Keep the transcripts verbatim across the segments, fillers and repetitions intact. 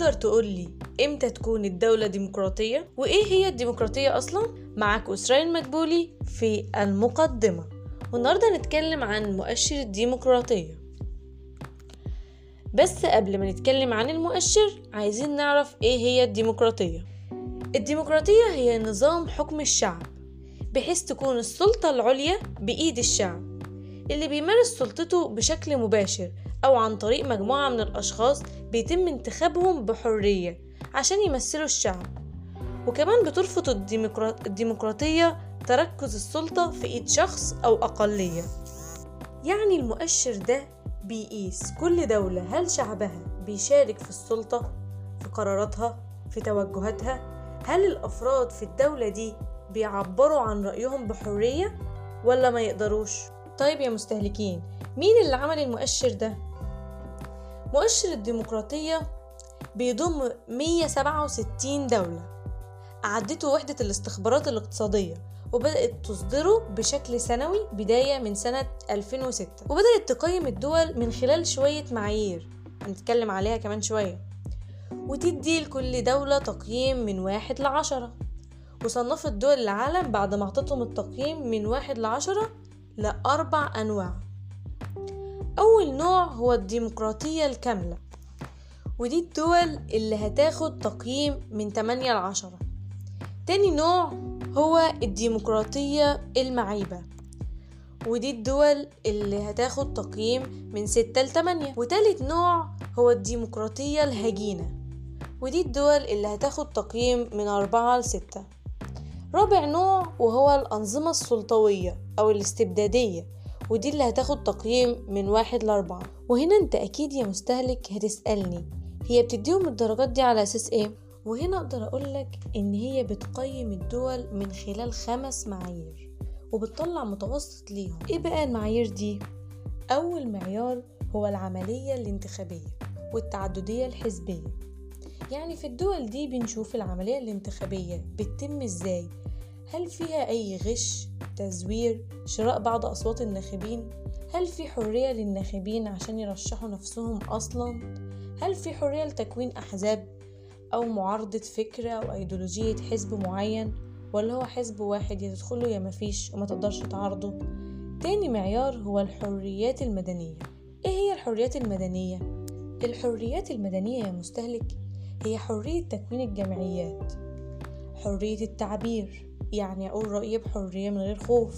تقدر تقولي امتى تكون الدولة ديمقراطية؟ وايه هي الديمقراطية اصلا؟ معاك أسراء المدبولي في المقدمة، والنهاردة نتكلم عن مؤشر الديمقراطية. بس قبل ما نتكلم عن المؤشر عايزين نعرف ايه هي الديمقراطية. الديمقراطية هي نظام حكم الشعب بحيث تكون السلطة العليا بإيد الشعب اللي بيمارس سلطته بشكل مباشر أو عن طريق مجموعة من الأشخاص بيتم انتخابهم بحرية عشان يمثلوا الشعب. وكمان بترفض الديمقراطية تركز السلطة في إيد شخص أو أقلية. يعني المؤشر ده بيقيس كل دولة هل شعبها بيشارك في السلطة، في قراراتها، في توجهاتها، هل الأفراد في الدولة دي بيعبروا عن رأيهم بحرية ولا ما يقدروش؟ طيب يا مستهلكين، مين اللي عمل المؤشر ده؟ مؤشر الديمقراطية بيضم مية وسبعة وستين دولة أعدته وحدة الاستخبارات الاقتصادية، وبدأت تصدره بشكل سنوي بداية من سنة ألفين وستة، وبدأت تقيم الدول من خلال شوية معايير هنتكلم عليها كمان شوية، وتدي لكل دولة تقييم من واحد لعشرة. وصنفت دول العالم بعد ما اعطتهم التقييم من واحد لعشرة لأربع أنواع. أول نوع هو الديمقراطية الكاملة، ودي الدول اللي هتاخد تقييم من تمانية لعشرة. تاني نوع هو الديمقراطية المعيبة، ودي الدول اللي هتاخد تقييم من ستة لتمانية. وتالت نوع هو الديمقراطية الهجينة، ودي الدول اللي هتاخد تقييم من أربعة لستة. رابع نوع وهو الأنظمة السلطوية أو الاستبدادية، ودي اللي هتاخد تقييم من واحد لأربعة. وهنا انت أكيد يا مستهلك هتسألني هي بتديهم الدرجات دي على أساس ايه؟ وهنا أقدر أقولك إن هي بتقيم الدول من خلال خمس معايير وبتطلع متوسط ليهم. ايه بقى المعايير دي؟ أول معيار هو العملية الانتخابية والتعددية الحزبية. يعني في الدول دي بنشوف العملية الانتخابية بتتم ازاي، هل فيها أي غش، تزوير، شراء بعض أصوات الناخبين؟ هل في حرية للناخبين عشان يرشحوا نفسهم أصلا؟ هل في حرية لتكوين أحزاب أو معارضة فكرة أو أيديولوجية حزب معين، ولا هو حزب واحد يدخله يا مفيش وما تقدرش تعارضه؟ تاني معيار هو الحريات المدنية. ايه هي الحريات المدنية؟ الحريات المدنية يا مستهلك هي حرية تكوين الجمعيات، حرية التعبير، يعني أقول رأيي بحرية من غير خوف،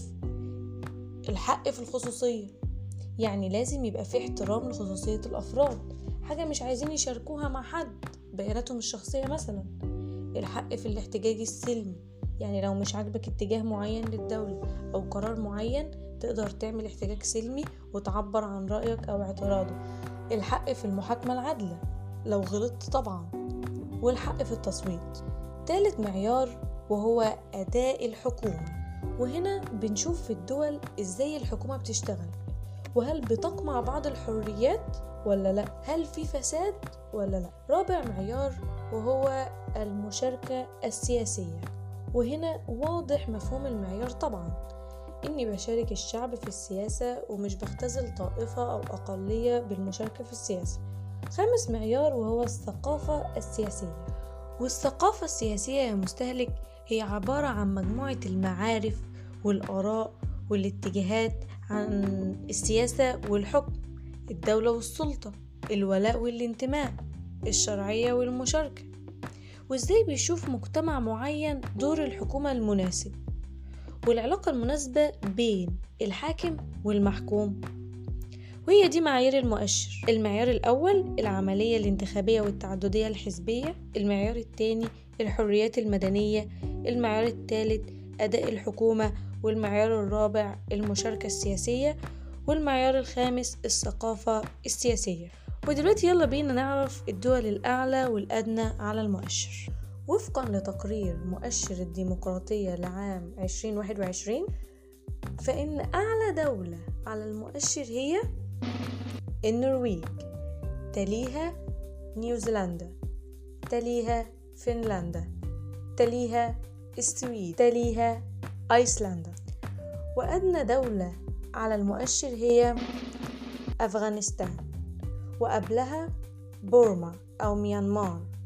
الحق في الخصوصية، يعني لازم يبقى في احترام لخصوصية الأفراد، حاجة مش عايزين يشاركوها مع حد، بياناتهم الشخصية مثلا. الحق في الاحتجاج السلمي، يعني لو مش عاجبك اتجاه معين للدولة أو قرار معين تقدر تعمل احتجاج سلمي وتعبر عن رأيك أو اعتراضك. الحق في المحاكمة العادلة لو غلطت طبعا، والحق في التصويت. ثالث معيار وهو أداء الحكومة، وهنا بنشوف في الدول إزاي الحكومة بتشتغل، وهل بتقمع بعض الحريات ولا لا، هل في فساد ولا لا. رابع معيار وهو المشاركة السياسية، وهنا واضح مفهوم المعيار طبعا، إني بشارك الشعب في السياسة ومش بختزل طائفة أو أقلية بالمشاركة في السياسة. خامس معيار وهو الثقافة السياسية، والثقافة السياسية يا مستهلك هي عبارة عن مجموعة المعارف والآراء والاتجاهات عن السياسة والحكم، الدولة والسلطة، الولاء والانتماء، الشرعية والمشاركة، وإزاي بيشوف مجتمع معين دور الحكومة المناسب والعلاقة المناسبة بين الحاكم والمحكوم. وهي دي معايير المؤشر. المعيار الأول العملية الانتخابية والتعددية الحزبية، المعيار الثاني الحريات المدنية، المعيار الثالث أداء الحكومة، والمعيار الرابع المشاركة السياسية، والمعيار الخامس الثقافة السياسية. ودلوقتي يلا بينا نعرف الدول الأعلى والأدنى على المؤشر. وفقا لتقرير مؤشر الديمقراطية لعام عشرين واحد وعشرين، فإن أعلى دولة على المؤشر هي النرويج، تليها نيوزيلندا، تليها فنلندا، تليها السويد، تليها أيسلندا. وأدنى دولة على المؤشر هي أفغانستان، وقبلها بورما أو ميانمار،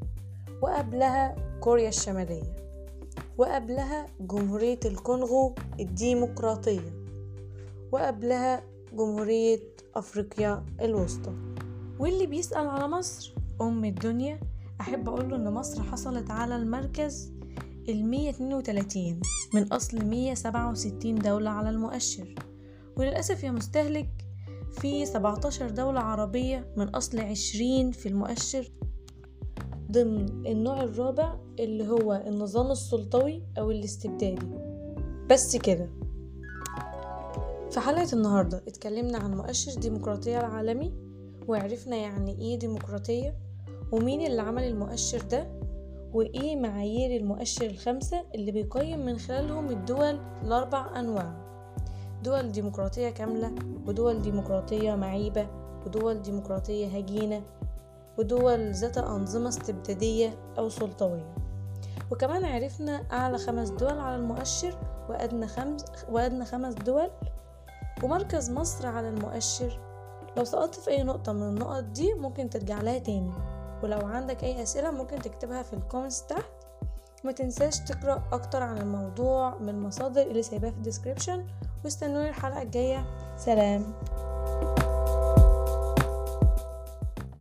وقبلها كوريا الشمالية، وقبلها جمهورية الكونغو الديمقراطية، وقبلها جمهورية أفريقيا الوسطى. واللي بيسأل على مصر أم الدنيا، أحب أقوله إن مصر حصلت على المركز المية اتنين وتلاتين من أصل مية سبعة وستين دولة على المؤشر. وللأسف يا مستهلك في سبعتاشر دولة عربية من أصل عشرين في المؤشر ضمن النوع الرابع اللي هو النظام السلطوي أو الاستبدادي. بس كده. في حلقة النهاردة اتكلمنا عن مؤشر الديمقراطية العالمي، وعرفنا يعني ايه ديمقراطية، ومين اللي عمل المؤشر ده، وايه معايير المؤشر الخمسة اللي بيقيم من خلالهم الدول الأربع أنواع: دول ديمقراطية كاملة، ودول ديمقراطية معيبة، ودول ديمقراطية هجينة، ودول ذات أنظمة استبدادية أو سلطوية. وكمان عرفنا أعلى خمس دول على المؤشر وأدنى خمس, وأدنى خمس دول ومركز مصر على المؤشر. لو سقطت في أي نقطة من النقط دي ممكن ترجع لها تاني، ولو عندك أي أسئلة ممكن تكتبها في الكومنتس تحت. ما تنساش تقرأ أكتر عن الموضوع من المصادر اللي سايباها في الديسكريبشن، واستنوني الحلقة الجاية. سلام.